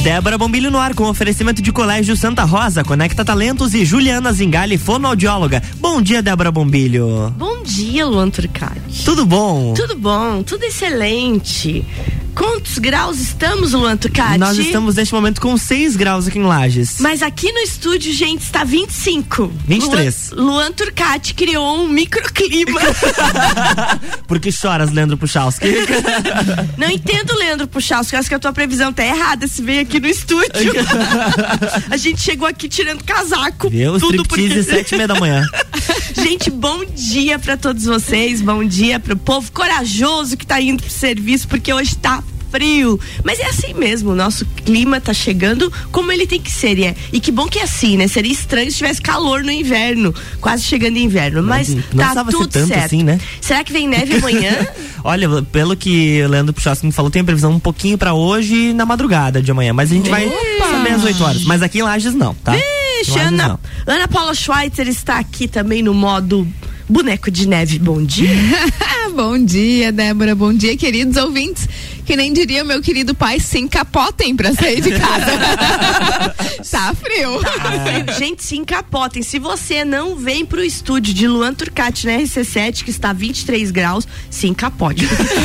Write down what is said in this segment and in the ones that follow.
Débora Bombilho no ar com oferecimento de Colégio Santa Rosa, Conecta Talentos e Juliana Zingali, fonoaudióloga. Bom dia, Débora Bombilho. Bom dia, Luan Turcati. Tudo bom? Tudo bom, tudo excelente. Quantos graus estamos, Luan Turcati? Nós estamos neste momento com 6 graus aqui em Lages. Mas aqui no estúdio, gente, está 25. 23. Luan Turcati criou um microclima. Por que choras, Leandro Puchalski? Não entendo, Leandro Puchalski. Acho que a tua previsão tá errada se veio aqui no estúdio. A gente chegou aqui tirando casaco. Deu tudo striptease 7h30 da manhã. Gente, bom dia pra todos vocês. Bom dia pro povo corajoso que tá indo pro serviço, porque hoje tá frio, mas é assim mesmo, o nosso clima tá chegando como ele tem que ser, e que bom que é assim, né? Seria estranho se tivesse calor no inverno, quase chegando inverno, mas tá tudo certo. Assim, né? Será que vem neve amanhã? Olha, pelo que o Leandro Puchalski me falou, tem a previsão um pouquinho pra hoje na madrugada de amanhã, mas a gente vai saber às 8 horas, mas aqui em Lages não, tá? Vixe, Ana Paula Schweitzer está aqui também no modo boneco de neve. Bom dia. Bom dia, Débora. Bom dia, queridos ouvintes. Que nem diria meu querido pai, se encapotem pra sair de casa. Tá frio. Gente, se encapotem. Se você não vem pro estúdio de Luan Turcati na RC7, que está 23 graus, se encapote.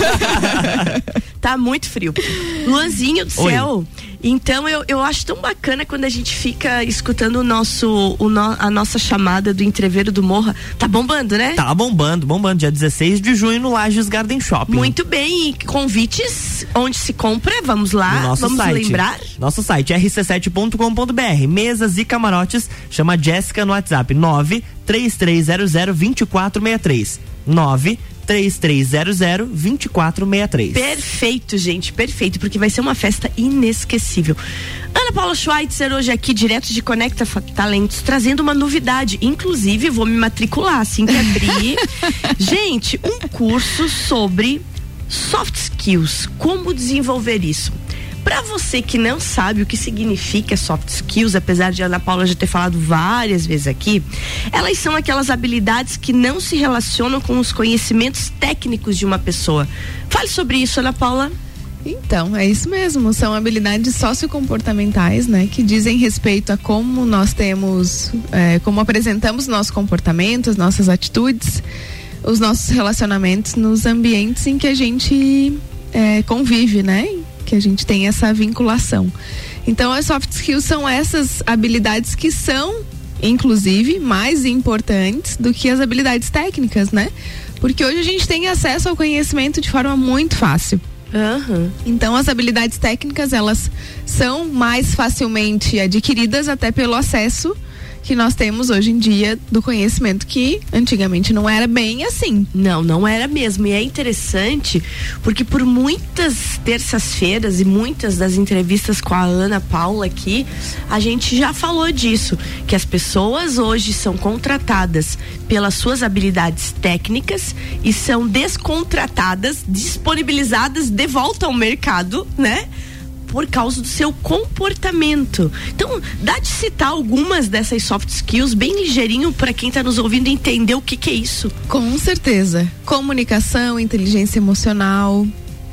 Tá muito frio. Luanzinho do céu. Então eu acho tão bacana quando a gente fica escutando a nossa chamada do Entreveiro do Morra. Tá bombando, né? Tá bombando. Dia 16 de junho no Lages Garden Shopping. Muito bem, e convites onde se compra, vamos lá, vamos lembrar. Nosso site rc7.com.br, mesas e camarotes, chama a Jéssica no WhatsApp 933002463 933002463. Perfeito, gente, perfeito, porque vai ser uma festa inesquecível. Ana Paula Schweitzer hoje aqui, direto de Conecta Talentos, trazendo uma novidade, inclusive vou me matricular assim que abrir. Gente, um curso sobre soft skills, como desenvolver isso. Para você que não sabe o que significa soft skills, apesar de a Ana Paula já ter falado várias vezes aqui, elas são aquelas habilidades que não se relacionam com os conhecimentos técnicos de uma pessoa. Fale sobre isso, Ana Paula. Então, é isso mesmo, são habilidades sociocomportamentais, né, que dizem respeito a como nós temos, como apresentamos nosso comportamento, as nossas atitudes, os nossos relacionamentos nos ambientes em que a gente convive, né, que a gente tem essa vinculação. Então, as soft skills são essas habilidades que são, inclusive, mais importantes do que as habilidades técnicas, né? Porque hoje a gente tem acesso ao conhecimento de forma muito fácil. Então, as habilidades técnicas, elas são mais facilmente adquiridas até pelo acesso que nós temos hoje em dia do conhecimento, que antigamente não era bem assim. Não era mesmo. E é interessante porque por muitas terças-feiras e muitas das entrevistas com a Ana Paula aqui, a gente já falou disso, que as pessoas hoje são contratadas pelas suas habilidades técnicas e são descontratadas, disponibilizadas de volta ao mercado, né? Por causa do seu comportamento. Então, dá de citar algumas dessas soft skills bem ligeirinho para quem está nos ouvindo entender o que é isso. Com certeza. Comunicação, inteligência emocional,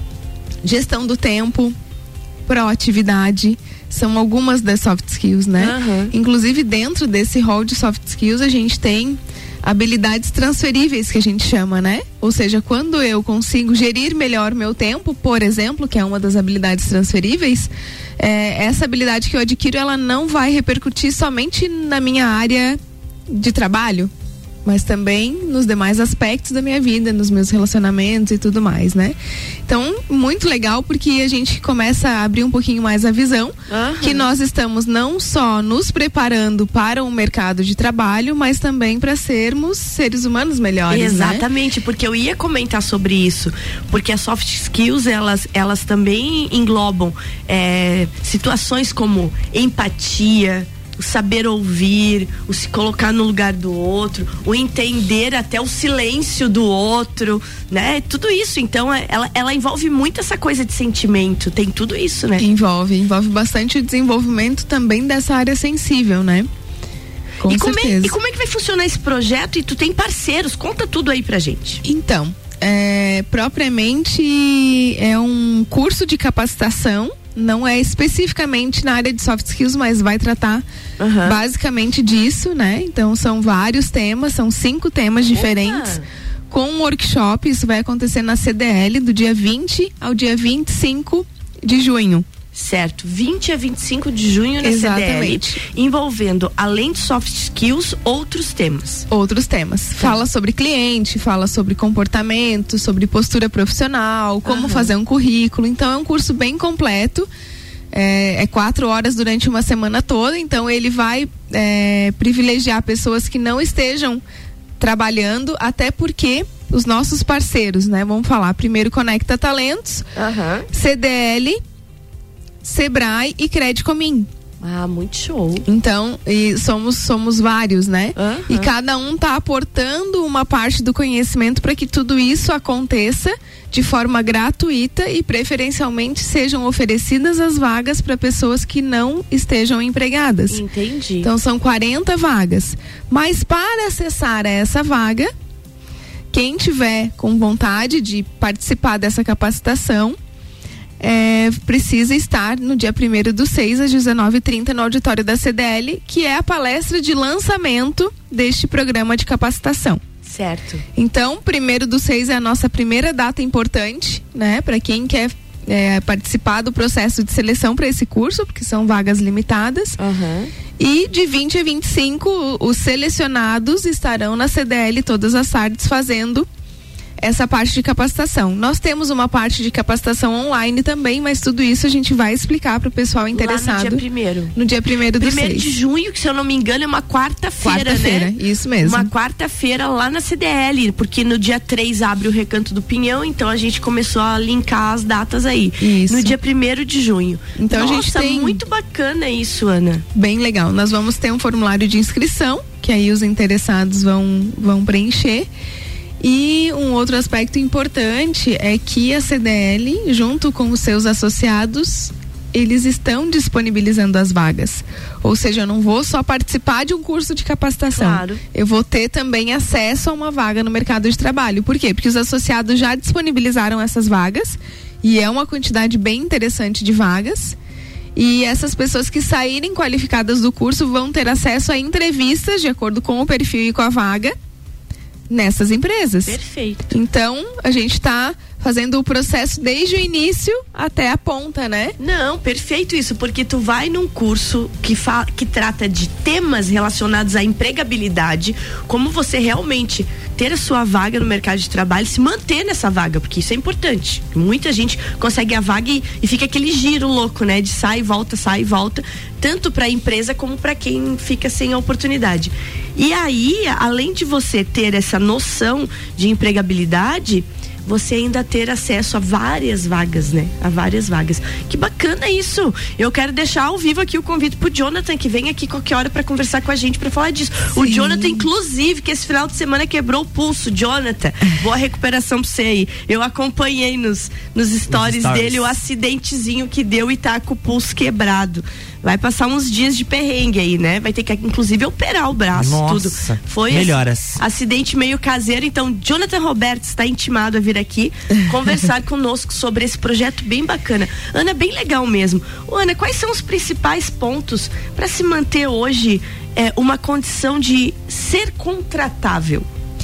gestão do tempo, proatividade, são algumas das soft skills, né? Inclusive, dentro desse rol de soft skills, a gente tem habilidades transferíveis, que a gente chama, né? Ou seja, quando eu consigo gerir melhor meu tempo, por exemplo, que é uma das habilidades transferíveis, essa habilidade que eu adquiro, ela não vai repercutir somente na minha área de trabalho, mas também nos demais aspectos da minha vida, nos meus relacionamentos e tudo mais, né? Então, muito legal, porque a gente começa a abrir um pouquinho mais a visão, que nós estamos não só nos preparando para um mercado de trabalho, mas também para sermos seres humanos melhores. Exatamente, né? Porque eu ia comentar sobre isso, porque as soft skills, elas também englobam situações como empatia, o saber ouvir, o se colocar no lugar do outro, o entender até o silêncio do outro, né? Tudo isso, então ela envolve muito essa coisa de sentimento, tem tudo isso, né? Envolve bastante o desenvolvimento também dessa área sensível, né? Com certeza. E como é que vai funcionar esse projeto? E tu tem parceiros, conta tudo aí pra gente. Então, propriamente é um curso de capacitação não é especificamente na área de soft skills, mas vai tratar basicamente disso, né? Então são vários temas, são 5 temas diferentes, com um workshop. Isso vai acontecer na CDL do dia 20 ao dia 25 de junho. Certo, 20 a 25 de junho na Exatamente. CDL, envolvendo, além de soft skills, outros temas. Fala sobre cliente, fala sobre comportamento, sobre postura profissional, como fazer um currículo. Então é um curso bem completo. É 4 horas durante uma semana toda. Então ele vai privilegiar pessoas que não estejam trabalhando, até porque os nossos parceiros, né? Vamos falar primeiro Conecta Talentos, CDL, Sebrae e Credicomim. Muito show. Então, somos vários, né? E cada um tá aportando uma parte do conhecimento para que tudo isso aconteça de forma gratuita e preferencialmente sejam oferecidas as vagas para pessoas que não estejam empregadas. Entendi. Então são 40 vagas. Mas para acessar essa vaga, quem tiver com vontade de participar dessa capacitação, precisa estar no dia 1º/6 às 19h30 no auditório da CDL, que é a palestra de lançamento deste programa de capacitação. Certo. Então, 1º/6 é a nossa primeira data importante, né? Para quem quer participar do processo de seleção para esse curso, porque são vagas limitadas. E de 20 a 25, os selecionados estarão na CDL todas as tardes fazendo essa parte de capacitação. Nós temos uma parte de capacitação online também, mas tudo isso a gente vai explicar para o pessoal interessado. Lá no dia 1º. No dia 1º/6. 1º de junho, que se eu não me engano é uma quarta-feira, né? Isso mesmo. Uma quarta-feira lá na CDL, porque no dia 3 abre o Recanto do Pinhão, então a gente começou a linkar as datas aí. Isso. No dia 1º de junho. Então Nossa, a gente tem... muito bacana isso, Ana. Bem legal. Nós vamos ter um formulário de inscrição, que aí os interessados vão preencher. E um outro aspecto importante é que a CDL, junto com os seus associados, eles estão disponibilizando as vagas. Ou seja, eu não vou só participar de um curso de capacitação. Claro. Eu vou ter também acesso a uma vaga no mercado de trabalho. Por quê? Porque os associados já disponibilizaram essas vagas, e é uma quantidade bem interessante de vagas. E essas pessoas que saírem qualificadas do curso vão ter acesso a entrevistas de acordo com o perfil e com a vaga nessas empresas. Perfeito. Então, a gente está fazendo o processo desde o início até a ponta, né? Não, perfeito isso, porque tu vai num curso que trata de temas relacionados à empregabilidade, como você realmente ter a sua vaga no mercado de trabalho, se manter nessa vaga, porque isso é importante. Muita gente consegue a vaga e fica aquele giro louco, né? De sai e volta, tanto para a empresa como para quem fica sem a oportunidade. E aí, além de você ter essa noção de empregabilidade, você ainda ter acesso a várias vagas, né? A várias vagas. Que bacana isso! Eu quero deixar ao vivo aqui o convite pro Jonathan, que vem aqui qualquer hora para conversar com a gente, para falar disso. Sim. O Jonathan, inclusive, que esse final de semana quebrou o pulso. Jonathan, boa recuperação pra você aí. Eu acompanhei nos stories dele o acidentezinho que deu e tá com o pulso quebrado. Vai passar uns dias de perrengue aí, né? Vai ter que, inclusive, operar o braço. Nossa, tudo. Foi melhoras. Acidente meio caseiro. Então, Jonathan Roberts está intimado a vir aqui conversar conosco sobre esse projeto bem bacana. Ana, bem legal mesmo. Ana, quais são os principais pontos para se manter hoje uma condição de ser contratável?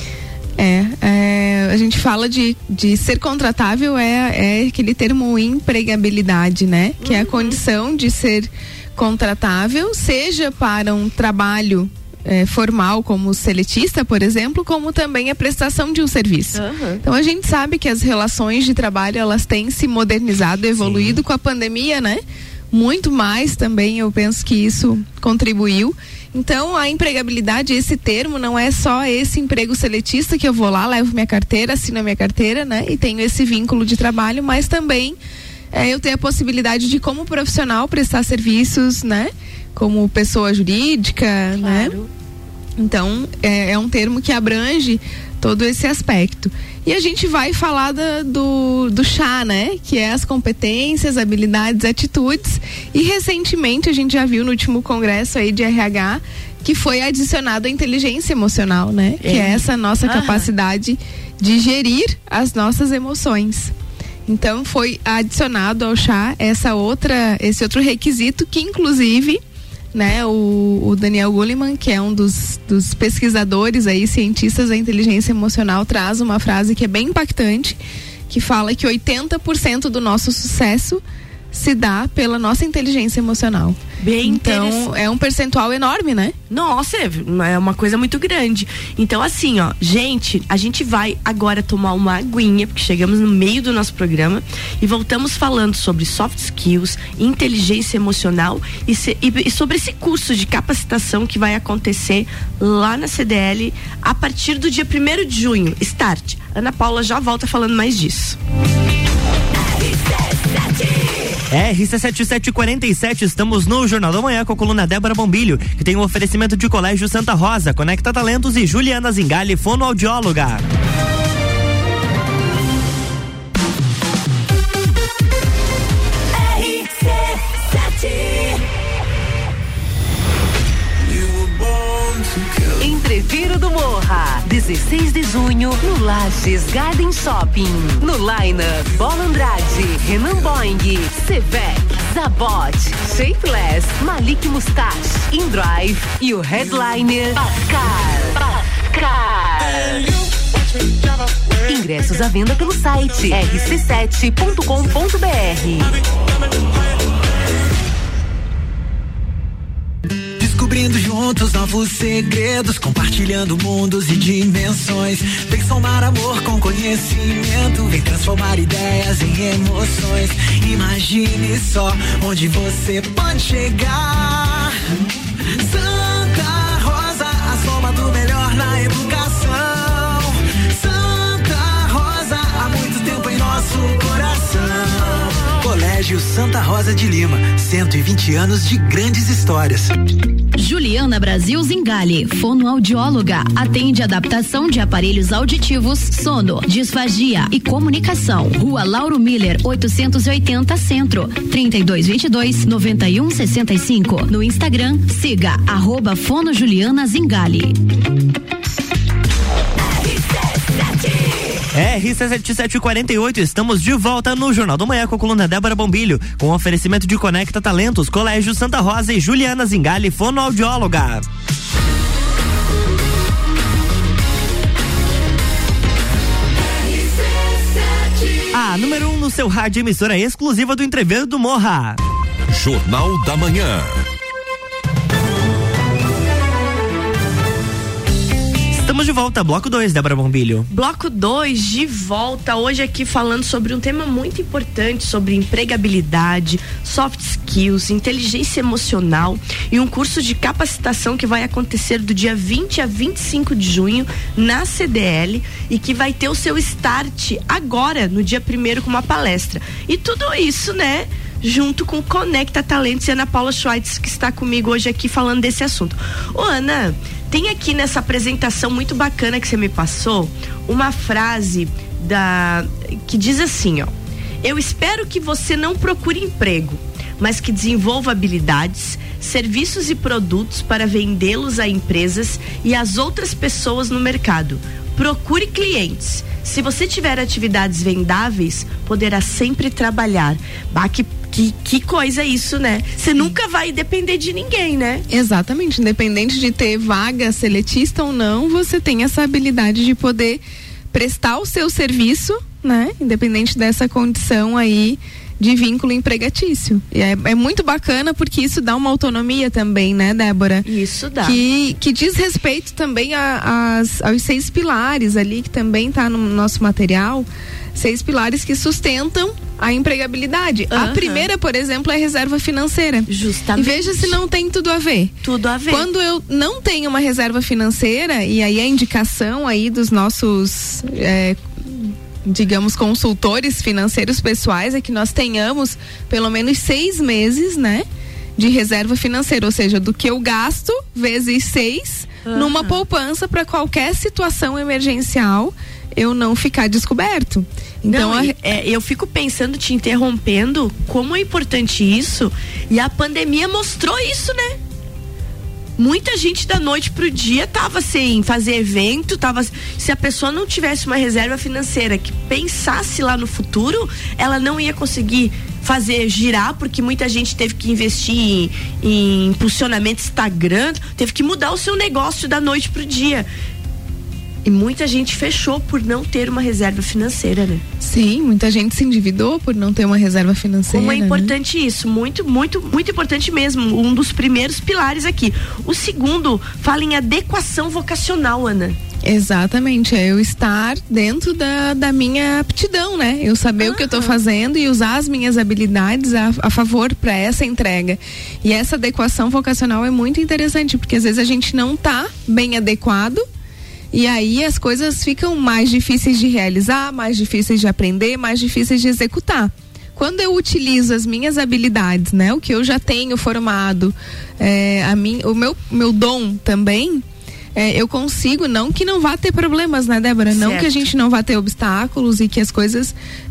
A gente fala de ser contratável, é aquele termo empregabilidade, né? Que é a condição de ser contratável, seja para um trabalho formal como seletista, por exemplo, como também a prestação de um serviço. Então a gente sabe que as relações de trabalho, elas têm se modernizado, evoluído. Sim. Com a pandemia, né? Muito mais também, eu penso que isso contribuiu. Então, a empregabilidade, esse termo, não é só esse emprego seletista que eu vou lá, levo minha carteira, assino a minha carteira, né? E tenho esse vínculo de trabalho, mas também eu tenho a possibilidade de, como profissional, prestar serviços, né? Como pessoa jurídica, claro. Né? Então, é um termo que abrange todo esse aspecto. E a gente vai falar do chá, né? Que é as competências, habilidades, atitudes. E recentemente a gente já viu no último congresso aí de RH que foi adicionado a inteligência emocional, né? Que é essa nossa capacidade de gerir as nossas emoções. Então foi adicionado ao chá esse outro requisito que inclusive, né, o Daniel Goleman, que é um dos pesquisadores aí, cientistas da inteligência emocional, traz uma frase que é bem impactante, que fala que 80% do nosso sucesso se dá pela nossa inteligência emocional. Então, é um percentual enorme, né? Nossa, é uma coisa muito grande. Então, assim, ó, gente, a gente vai agora tomar uma aguinha, porque chegamos no meio do nosso programa e voltamos falando sobre soft skills, inteligência emocional e sobre esse curso de capacitação que vai acontecer lá na CDL a partir do dia 1º de junho. Start. Ana Paula já volta falando mais disso. RC7747, estamos no Jornal da Manhã com a coluna Débora Bombilho, que tem um oferecimento de Colégio Santa Rosa, Conecta Talentos e Juliana Zingali, fonoaudióloga. Entreviro do Morra, 16 de junho, no Lages Garden Shopping. No Line-up, Bola Andrade, Renan Boing, Sevec, Zabot, Shapeless, Malik Mustache, InDrive e o headliner Pascal. Ingressos à venda pelo site rc7.com.br. Descobrindo juntos novos segredos, compartilhando mundos e dimensões. Vem somar amor com conhecimento, vem transformar ideias em emoções. Imagine só onde você pode chegar. Santa Rosa, a soma do melhor na educação. Santa Rosa, há muito tempo em nosso coração. Colégio Santa Rosa de Lima, 120 anos de grandes histórias. Juliana Brasil Zingali, fonoaudióloga, atende adaptação de aparelhos auditivos, sono, disfagia e comunicação. Rua Lauro Miller, 880 Centro, 3222-9165. No Instagram, siga @fonojuliana Zingali. RC7748, estamos de volta no Jornal da Manhã com a coluna Débora Bombilho, com oferecimento de Conecta Talentos, Colégio Santa Rosa e Juliana Zingali, fonoaudióloga. A número 1 no seu rádio, emissora exclusiva do Entreviro do Morra. Jornal da Manhã. Estamos de volta, bloco 2, Débora Bombilho. Bloco 2 de volta, hoje aqui falando sobre um tema muito importante, sobre empregabilidade, soft skills, inteligência emocional e um curso de capacitação que vai acontecer do dia 20 a 25 de junho na CDL e que vai ter o seu start agora, no dia 1º, com uma palestra. E tudo isso, né, junto com Conecta Talentos e Ana Paula Schweitz, que está comigo hoje aqui falando desse assunto. Ô, Ana, tem aqui nessa apresentação muito bacana que você me passou uma frase que diz assim, ó: eu espero que você não procure emprego, mas que desenvolva habilidades, serviços e produtos para vendê-los a empresas e às outras pessoas no mercado. Procure clientes. Se você tiver atividades vendáveis, poderá sempre trabalhar. Bah, que coisa isso, né? Você nunca vai depender de ninguém, né? Exatamente, independente de ter vaga seletista ou não, você tem essa habilidade de poder prestar o seu serviço, né? Independente dessa condição aí de vínculo empregatício. E é muito bacana porque isso dá uma autonomia também, né, Débora? Isso dá. Que diz respeito também aos 6 pilares ali, que também tá no nosso material, 6 pilares que sustentam a empregabilidade. A primeira, por exemplo, é a reserva financeira. Justamente. E veja se não tem tudo a ver. Tudo a ver. Quando eu não tenho uma reserva financeira, e aí a indicação aí dos nossos digamos, consultores financeiros pessoais é que nós tenhamos pelo menos 6 meses, né, de reserva financeira, ou seja, do que eu gasto vezes 6 numa poupança para qualquer situação emergencial eu não ficar descoberto. Então eu fico pensando, te interrompendo, como é importante isso, e a pandemia mostrou isso, né? Muita gente da noite pro dia tava sem fazer evento, se a pessoa não tivesse uma reserva financeira que pensasse lá no futuro, ela não ia conseguir fazer girar, porque muita gente teve que investir em impulsionamento Instagram, teve que mudar o seu negócio da noite pro dia. E muita gente fechou por não ter uma reserva financeira, né? Sim, muita gente se endividou por não ter uma reserva financeira. Como é importante, né? Isso, muito, muito, muito importante mesmo. Um dos primeiros pilares aqui. O segundo fala em adequação vocacional, Ana. Exatamente, é eu estar dentro da minha aptidão, né? Eu saber o que eu tô fazendo e usar as minhas habilidades a favor para essa entrega. E essa adequação vocacional é muito interessante, porque às vezes a gente não tá bem adequado. E aí as coisas ficam mais difíceis de realizar, mais difíceis de aprender, mais difíceis de executar. Quando eu utilizo as minhas habilidades, né? O que eu já tenho formado, o meu dom também, eu consigo, não que não vá ter problemas, né, Débora? Certo. Não que a gente não vá ter obstáculos e que as coisas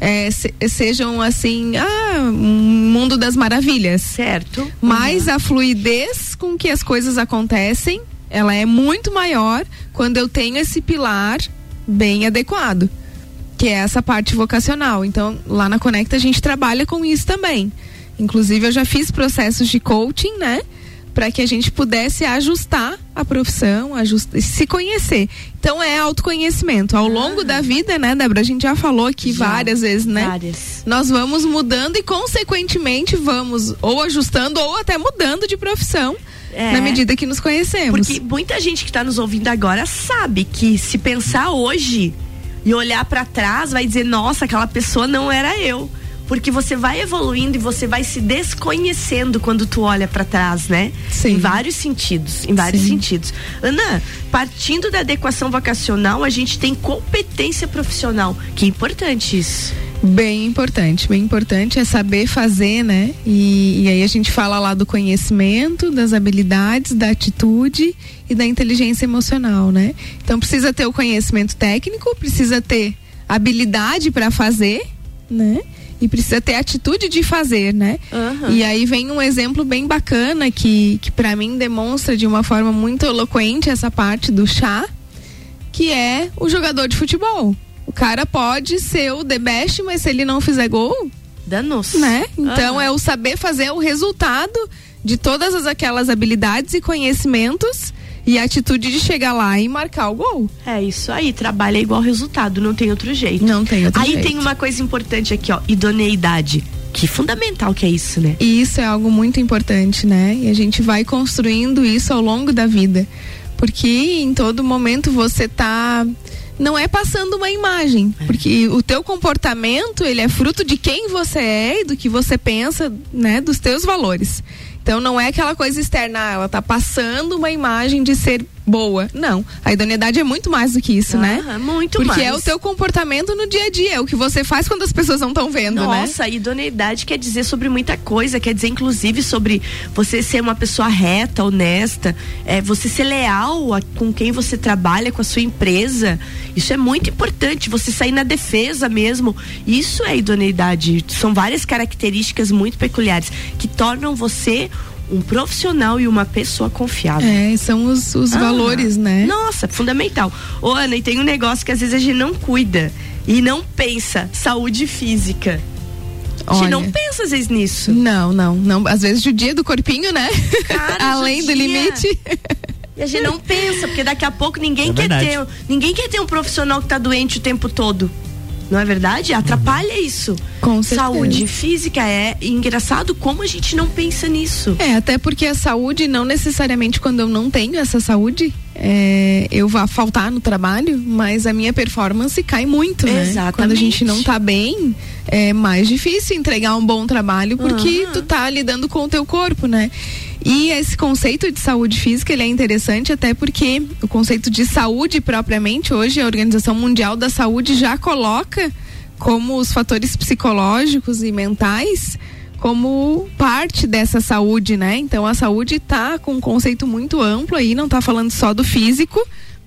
sejam assim, um mundo das maravilhas. Certo. Mas a fluidez com que as coisas acontecem, ela é muito maior quando eu tenho esse pilar bem adequado, que é essa parte vocacional. Então, lá na Conecta a gente trabalha com isso também. Inclusive, eu já fiz processos de coaching, né? Para que a gente pudesse ajustar a profissão, se conhecer. Então, é autoconhecimento. Ao longo da vida, né, Débora? A gente já falou aqui várias vezes, né? Várias. Nós vamos mudando e, consequentemente, vamos ou ajustando ou até mudando de profissão. Na medida que nos conhecemos. Porque muita gente que está nos ouvindo agora sabe que se pensar hoje e olhar para trás, vai dizer, nossa, aquela pessoa não era eu. Porque você vai evoluindo e você vai se desconhecendo quando tu olha para trás, né? Sim. Em vários sentidos, sentidos. Ana, partindo da adequação vocacional, a gente tem competência profissional, que é importante isso. Bem importante é saber fazer, né? E aí a gente fala lá do conhecimento, das habilidades, da atitude e da inteligência emocional, né? Então precisa ter o conhecimento técnico, precisa ter habilidade para fazer, né? E precisa ter atitude de fazer, né? E aí vem um exemplo bem bacana que para mim demonstra de uma forma muito eloquente essa parte do chá, que é o jogador de futebol. O cara pode ser o the best, mas se ele não fizer gol, danou-se, né? Então é o saber fazer o resultado de todas aquelas habilidades e conhecimentos e a atitude de chegar lá e marcar o gol. É isso aí, trabalha igual resultado, não tem outro jeito. Não tem outro jeito. Aí tem uma coisa importante aqui, ó, idoneidade. Que fundamental que é isso, né? E isso é algo muito importante, né? E a gente vai construindo isso ao longo da vida. Porque em todo momento você não é passando uma imagem, porque o teu comportamento, ele é fruto de quem você é e do que você pensa, né, dos teus valores. Então não é aquela coisa externa, ela tá passando uma imagem de ser boa. Não, a idoneidade é muito mais do que isso, né? Muito porque mais. É o teu comportamento no dia a dia, é o que você faz quando as pessoas não estão vendo, né? Nossa, idoneidade quer dizer sobre muita coisa, quer dizer inclusive sobre você ser uma pessoa reta, honesta, você ser leal com quem você trabalha, com a sua empresa. Isso é muito importante, você sair na defesa mesmo. Isso é idoneidade. São várias características muito peculiares que tornam você um profissional e uma pessoa confiável. São os valores, né? Nossa, fundamental. Ô, Ana, e tem um negócio que às vezes a gente não cuida e não pensa, saúde física. A gente não pensa às vezes nisso. Não. Às vezes judia do corpinho, né? Cara, além do limite. E a gente não pensa, porque daqui a pouco ninguém quer ter um profissional que tá doente o tempo todo. Não é verdade? Atrapalha isso. Com certeza. Saúde física é engraçado como a gente não pensa nisso. Até porque a saúde, não necessariamente quando eu não tenho essa saúde, eu vá faltar no trabalho, mas a minha performance cai muito, né? Exatamente. Quando a gente não tá bem, é mais difícil entregar um bom trabalho porque tu tá lidando com o teu corpo, né? E esse conceito de saúde física, ele é interessante até porque o conceito de saúde propriamente, hoje a Organização Mundial da Saúde já coloca como os fatores psicológicos e mentais como parte dessa saúde, né? Então a saúde tá com um conceito muito amplo aí, não tá falando só do físico,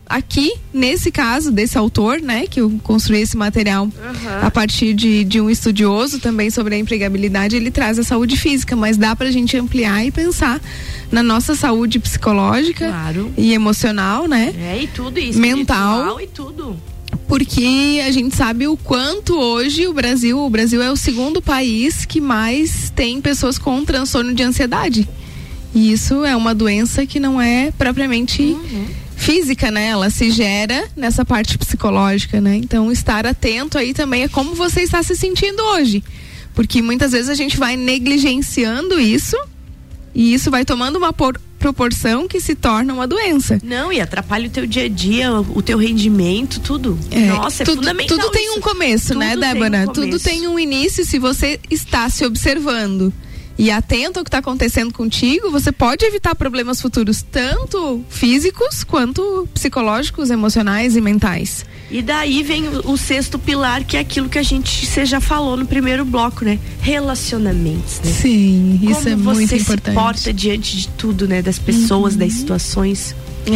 aqui, nesse caso, desse autor, né, que eu construí esse material a partir de um estudioso também sobre a empregabilidade, ele traz a saúde física, mas dá pra gente ampliar e pensar na nossa saúde psicológica e emocional, né? E tudo isso. Mental e tudo. Porque a gente sabe o quanto hoje o Brasil é o segundo país que mais tem pessoas com transtorno de ansiedade. E isso é uma doença que não é propriamente física, né? Ela se gera nessa parte psicológica, né? Então, estar atento aí também é como você está se sentindo hoje. Porque muitas vezes a gente vai negligenciando isso e isso vai tomando uma proporção que se torna uma doença. Não, e atrapalha o teu dia a dia, o teu rendimento, tudo. Nossa, tudo, é fundamental. Tudo tem um começo, né, Débora? Tudo tem um início. Se você está se observando e atento ao que está acontecendo contigo, você pode evitar problemas futuros, tanto físicos quanto psicológicos, emocionais e mentais. E daí vem o sexto pilar, que é aquilo que você já falou no primeiro bloco, né? Relacionamentos, né? Sim, isso como é muito importante. Como você se porta diante de tudo, né? Das pessoas, das situações.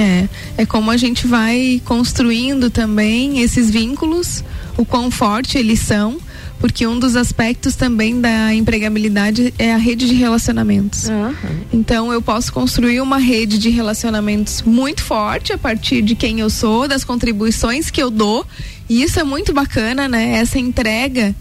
É como a gente vai construindo também esses vínculos, o quão forte eles são, porque um dos aspectos também da empregabilidade é a rede de relacionamentos. Então eu posso construir uma rede de relacionamentos muito forte a partir de quem eu sou, das contribuições que eu dou, e isso é muito bacana, né? Essa entrega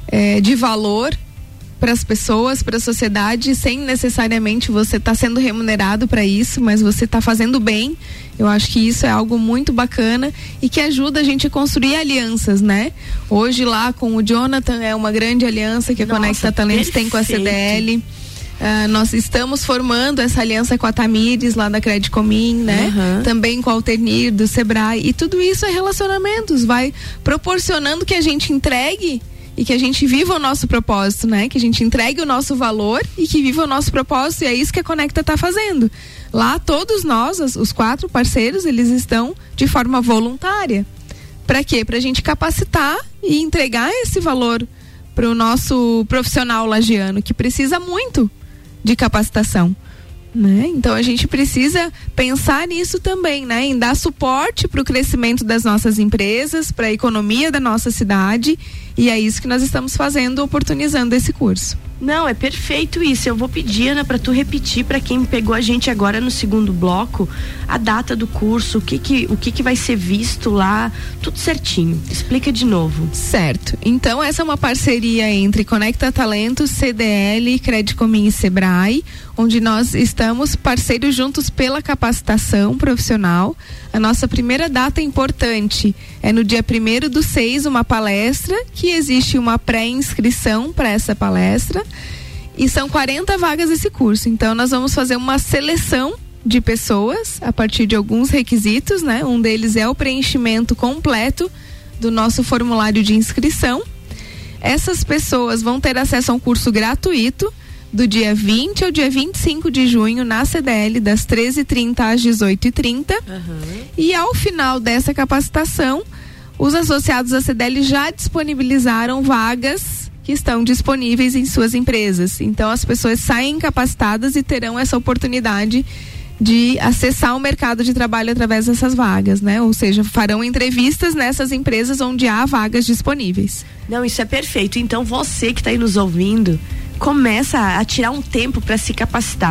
de valor para as pessoas, para a sociedade, sem necessariamente você estar sendo remunerado para isso, mas você está fazendo bem. Eu acho que isso é algo muito bacana e que ajuda a gente a construir alianças, né? Hoje lá com o Jonathan é uma grande aliança que a Conecta Talentos tem com a CDL. Nós estamos formando essa aliança com a Tamires lá da Credicomim, né? Também com a Alternir do Sebrae, e tudo isso é relacionamentos, vai proporcionando que a gente entregue e que a gente viva o nosso propósito, né? Que a gente entregue o nosso valor e que viva o nosso propósito, e é isso que a Conecta está fazendo. Lá todos nós, os 4 parceiros, eles estão de forma voluntária. Para quê? Pra gente capacitar e entregar esse valor pro nosso profissional lagiano, que precisa muito de capacitação, né? Então a gente precisa pensar nisso também, né? Em dar suporte para o crescimento das nossas empresas, para a economia da nossa cidade, e é isso que nós estamos fazendo, oportunizando esse curso. Não, é perfeito isso. Eu vou pedir, Ana, para tu repetir para quem pegou a gente agora no segundo bloco, a data do curso, o que vai ser visto lá, tudo certinho. Explica de novo. Certo. Então essa é uma parceria entre Conecta Talentos, CDL, Credicomim e Sebrae, onde nós estamos parceiros juntos pela capacitação profissional. A nossa primeira data importante é no dia 1º/6, uma palestra, que existe uma pré-inscrição para essa palestra, e são 40 vagas esse curso. Então nós vamos fazer uma seleção de pessoas a partir de alguns requisitos, né? Um deles é o preenchimento completo do nosso formulário de inscrição. Essas pessoas vão ter acesso a um curso gratuito do dia 20 ao dia 25 de junho na CDL, das 13h30 às 18h30. E ao final dessa capacitação, os associados da CDL já disponibilizaram vagas que estão disponíveis em suas empresas. Então as pessoas saem capacitadas e terão essa oportunidade de acessar o mercado de trabalho através dessas vagas, né? Ou seja, farão entrevistas nessas empresas onde há vagas disponíveis. Não, isso é perfeito. Então você que está aí nos ouvindo, começa a tirar um tempo para se capacitar.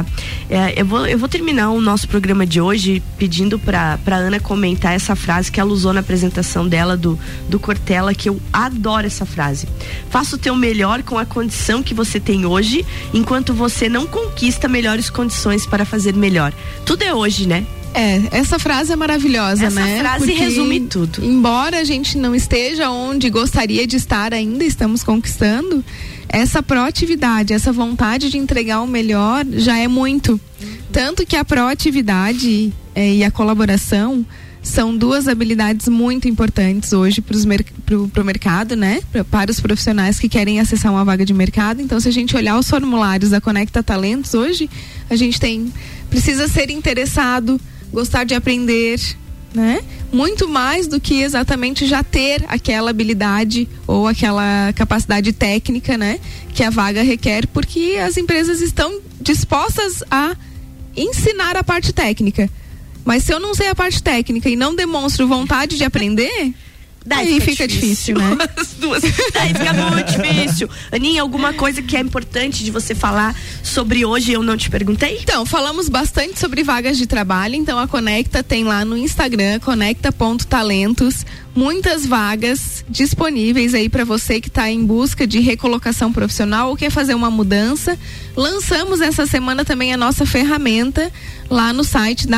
Eu vou terminar o nosso programa de hoje pedindo para Ana comentar essa frase que ela usou na apresentação dela do Cortella, que eu adoro essa frase. Faça o teu melhor com a condição que você tem hoje, enquanto você não conquista melhores condições para fazer melhor. Tudo é hoje, né? Essa frase é maravilhosa, né? Essa frase resume tudo. Embora a gente não esteja onde gostaria de estar ainda, estamos conquistando. Essa proatividade, essa vontade de entregar o melhor já é muito. Tanto que a proatividade e a colaboração são 2 habilidades muito importantes hoje pro mercado, né? Para os profissionais que querem acessar uma vaga de mercado. Então, se a gente olhar os formulários da Conecta Talentos hoje, a gente precisa ser interessado, gostar de aprender, né? Muito mais do que exatamente já ter aquela habilidade ou aquela capacidade técnica, né? Que a vaga requer, porque as empresas estão dispostas a ensinar a parte técnica. Mas se eu não sei a parte técnica e não demonstro vontade de aprender, daí fica difícil, né? As duas. Daí fica muito difícil. Aninha, alguma coisa que é importante de você falar sobre hoje eu não te perguntei? Então, falamos bastante sobre vagas de trabalho, então a Conecta tem lá no Instagram, conecta.talentos, muitas vagas disponíveis aí para você que está em busca de recolocação profissional ou quer fazer uma mudança. Lançamos essa semana também a nossa ferramenta lá no site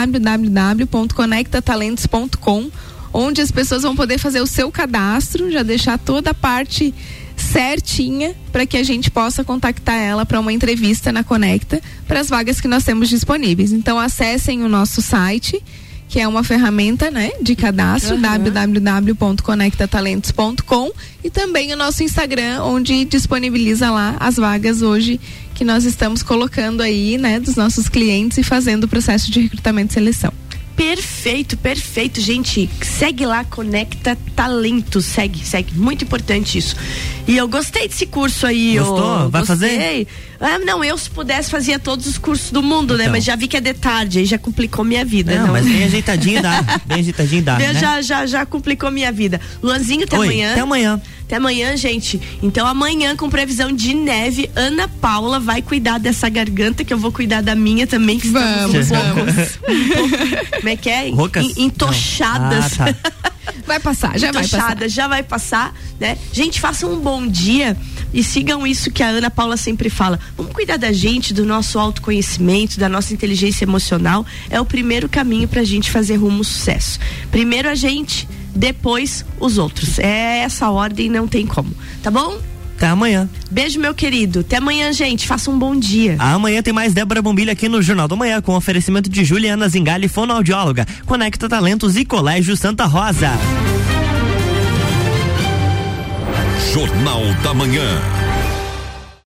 www.conectatalentos.com, onde as pessoas vão poder fazer o seu cadastro, já deixar toda a parte certinha para que a gente possa contactar ela para uma entrevista na Conecta para as vagas que nós temos disponíveis. Então acessem o nosso site, que é uma ferramenta, né, de cadastro, www.conectatalentos.com, e também o nosso Instagram, onde disponibiliza lá as vagas hoje que nós estamos colocando aí, né, dos nossos clientes e fazendo o processo de recrutamento e seleção. Perfeito, perfeito, gente. Segue lá, Conecta Talentos. Segue. Muito importante isso. E eu gostei desse curso aí. Gostou? Vai fazer? Não, eu se pudesse fazia todos os cursos do mundo, então, né? Mas já vi que é de tarde, aí já complicou minha vida. Não, mas bem ajeitadinho dá. Bem ajeitadinho dá, né? Já complicou minha vida. Luanzinho, até amanhã. Até amanhã. Até amanhã, gente. Então amanhã, com previsão de neve, Ana Paula vai cuidar dessa garganta, que eu vou cuidar da minha também, que vamos. Como é que é? Rocas? Entochadas. Tá. Vai passar, já vai passar, né? Gente, façam um bom dia e sigam isso que a Ana Paula sempre fala. Vamos cuidar da gente, do nosso autoconhecimento, da nossa inteligência emocional. É o primeiro caminho pra gente fazer rumo ao sucesso. Primeiro a gente, depois os outros. É essa ordem, não tem como. Tá bom? Até amanhã. Beijo, meu querido. Até amanhã, gente. Faça um bom dia. Amanhã tem mais Débora Bombilho aqui no Jornal da Manhã, com oferecimento de Juliana Zingali, fonoaudióloga, Conecta Talentos e Colégio Santa Rosa. Jornal da Manhã.